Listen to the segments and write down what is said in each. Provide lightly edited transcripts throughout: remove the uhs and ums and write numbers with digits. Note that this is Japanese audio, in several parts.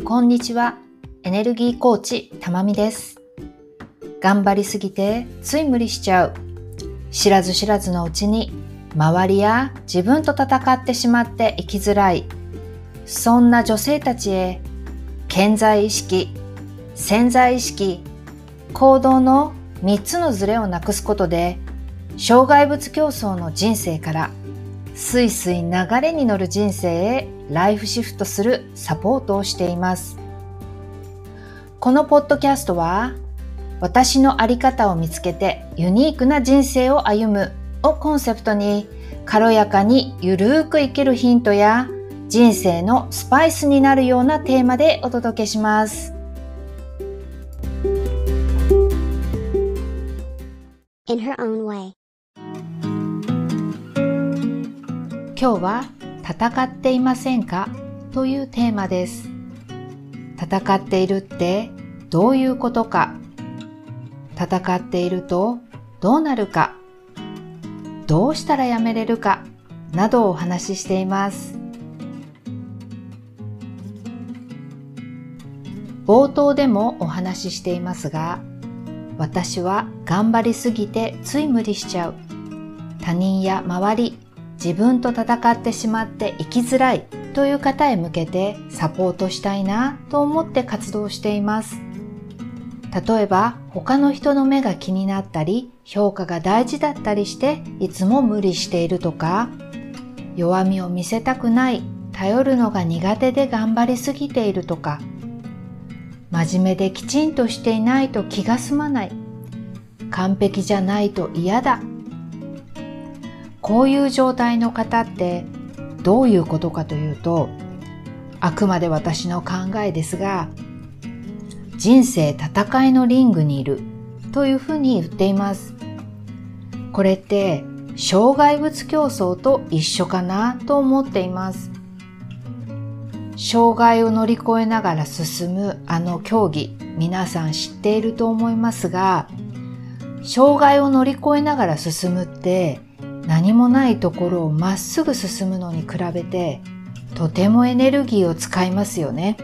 こんにちは。エネルギーコーチたまみです。頑張りすぎてつい無理しちゃう。知らず知らずのうちに周りや自分と戦ってしまって生きづらい。そんな女性たちへ潜在意識、潜在意識、行動の3つのズレをなくすことで障害物競争の人生からスイスイ流れに乗る人生へライフシフトするサポートをしています。このポッドキャストは私のあり方を見つけてユニークな人生を歩むをコンセプトに軽やかにゆるーく生きるヒントや人生のスパイスになるようなテーマでお届けします。 In her own way. 今日は戦っていませんかというテーマです。戦っているってどういうことか、戦っているとどうなるか、どうしたらやめれるかなどをお話ししています。冒頭でもお話ししていますが、私は頑張りすぎてつい無理しちゃう。他人や周り、自分と戦ってしまって生きづらいという方へ向けてサポートしたいなと思って活動しています。例えば他の人の目が気になったり評価が大事だったりしていつも無理しているとか、弱みを見せたくない、頼るのが苦手で頑張りすぎているとか、真面目できちんとしていないと気が済まない、完璧じゃないと嫌だ。こういう状態の方ってどういうことかというと、あくまで私の考えですが、人生戦いのリングにいるというふうに言っています。これって障害物競争と一緒かなと思っています。障害を乗り越えながら進むあの競技、皆さん知っていると思いますが、障害を乗り越えながら進むって何もないところをまっすぐ進むのに比べてとてもエネルギーを使いますよね。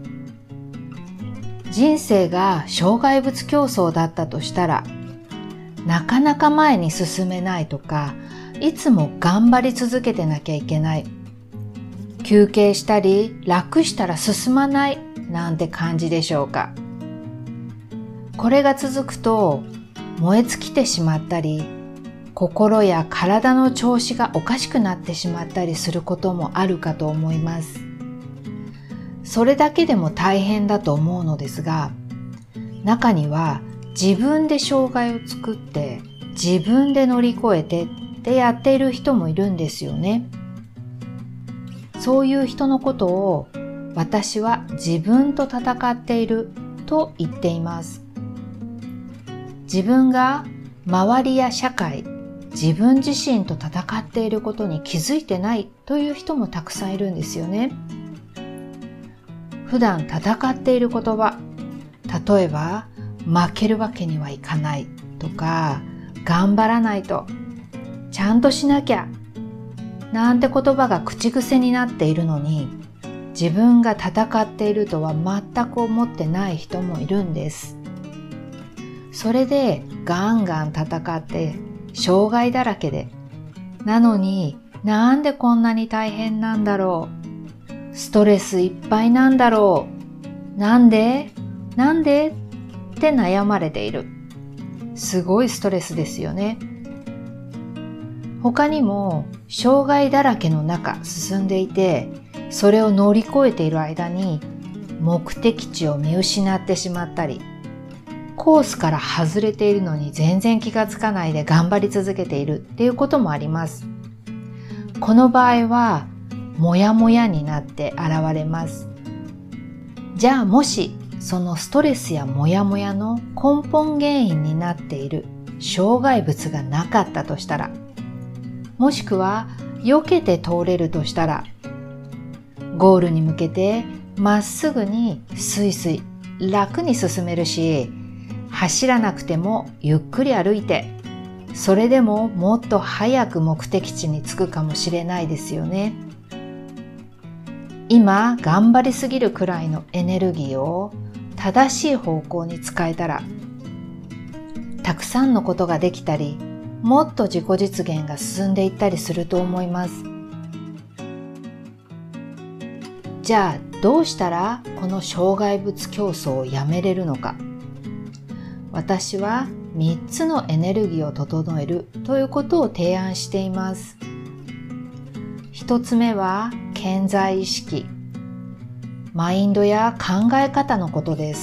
人生が障害物競争だったとしたら、なかなか前に進めないとか、いつも頑張り続けてなきゃいけない、休憩したり楽したら進まないなんて感じでしょうか。これが続くと燃え尽きてしまったり、心や体の調子がおかしくなってしまったりすることもあるかと思います。それだけでも大変だと思うのですが、中には自分で障害を作って自分で乗り越えてってやっている人もいるんですよね。そういう人のことを私は自分と戦っていると言っています。自分が周りや社会、自分自身と戦っていることに気づいてないという人もたくさんいるんですよね。普段戦っている言葉、例えば負けるわけにはいかないとか、頑張らないと、ちゃんとしなきゃなんて言葉が口癖になっているのに、自分が戦っているとは全く思ってない人もいるんです。それでガンガン戦って障害だらけで、なのになんでこんなに大変なんだろう、ストレスいっぱいなんだろう、なんでって悩まれている。すごいストレスですよね。他にも障害だらけの中進んでいて、それを乗り越えている間に目的地を見失ってしまったり、コースから外れているのに全然気がつかないで頑張り続けているっていうこともあります。この場合はモヤモヤになって現れます。じゃあもしそのストレスやモヤモヤの根本原因になっている障害物がなかったとしたら、もしくは避けて通れるとしたら、ゴールに向けてまっすぐにスイスイ楽に進めるし、走らなくてもゆっくり歩いて、それでももっと早く目的地に着くかもしれないですよね。 今頑張りすぎるくらいのエネルギーを正しい方向に使えたら、たくさんのことができたり、もっと自己実現が進んでいったりすると思います。じゃあどうしたらこの障害物競争をやめれるのか。私は3つのエネルギーを整えるということを提案しています。1つ目は顕在意識。マインドや考え方のことです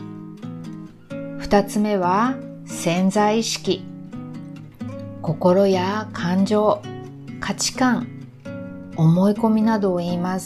。2つ目は潜在意識。心や感情、価値観、思い込みなどを言います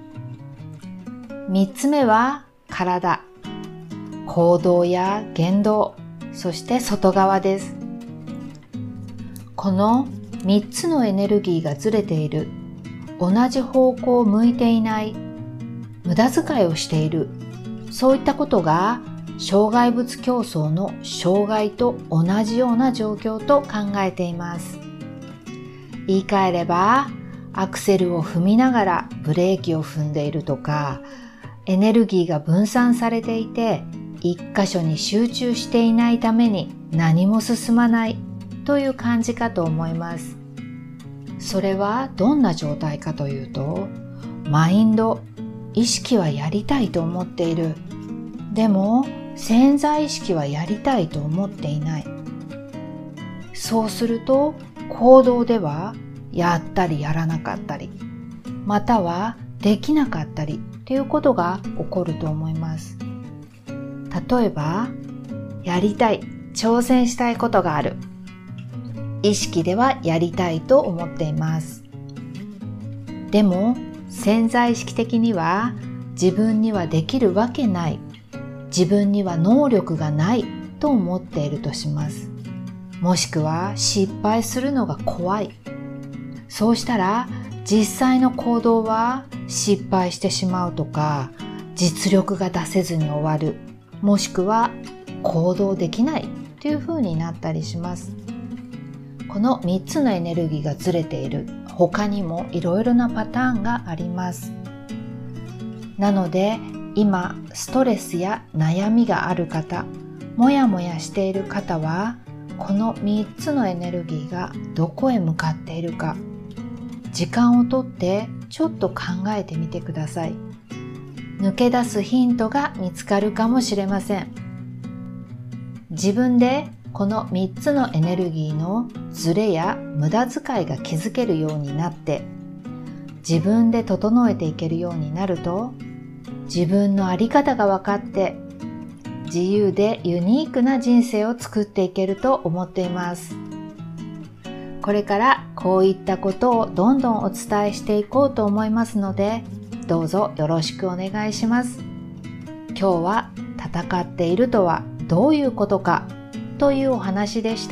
。3つ目は体、行動や言動、そして外側です。この3つのエネルギーがずれている、同じ方向を向いていない、無駄遣いをしている、そういったことが障害物競争の障害と同じような状況と考えています。言い換えれば、アクセルを踏みながらブレーキを踏んでいるとか、エネルギーが分散されていて、一箇所に集中していないために何も進まないという感じかと思います。それはどんな状態かというと、マインド、意識はやりたいと思っている。でも潜在意識はやりたいと思っていない。そうすると行動ではやったりやらなかったり、またはできなかったりということが起こると思います。例えば、やりたい、挑戦したいことがある。意識ではやりたいと思っています。でも、潜在意識的には自分にはできるわけない、自分には能力がないと思っているとします。もしくは失敗するのが怖い。そうしたら実際の行動は失敗してしまうとか、実力が出せずに終わる。もしくは行動できないというふうになったりします。この3つのエネルギーがずれている他にもいろいろなパターンがあります。なので今ストレスや悩みがある方、もやもやしている方は、この3つのエネルギーがどこへ向かっているか、時間をとってちょっと考えてみてください。抜け出すヒントが見つかるかもしれません。自分でこの3つのエネルギーのズレや無駄遣いが気づけるようになって、自分で整えていけるようになると、自分の在り方が分かって、自由でユニークな人生を作っていけると思っています。これからこういったことをどんどんお伝えしていこうと思いますので、どうぞよろしくお願いします。今日は戦っているとはどういうことかというお話でした。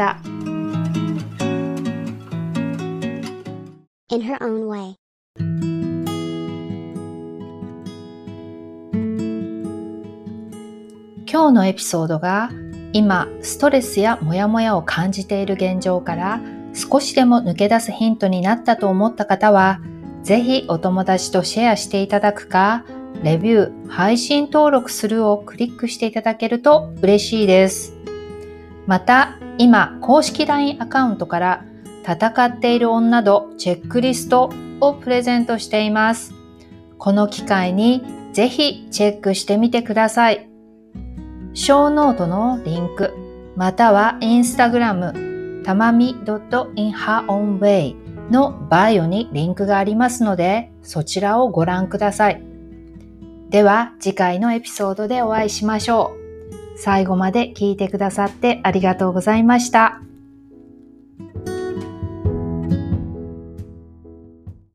In her own way. 今日のエピソードが今ストレスやモヤモヤを感じている現状から少しでも抜け出すヒントになったと思った方は、ぜひお友達とシェアしていただくか、レビュー、配信登録するをクリックしていただけると嬉しいです。また、今公式 LINE アカウントから戦っている女度チェックリストをプレゼントしています。この機会にぜひチェックしてみてください。ショーノートのリンク、またはインスタグラム、たまみ .inherownway のバイオにリンクがありますので、そちらをご覧ください。では次回のエピソードでお会いしましょう。最後まで聞いてくださってありがとうございました。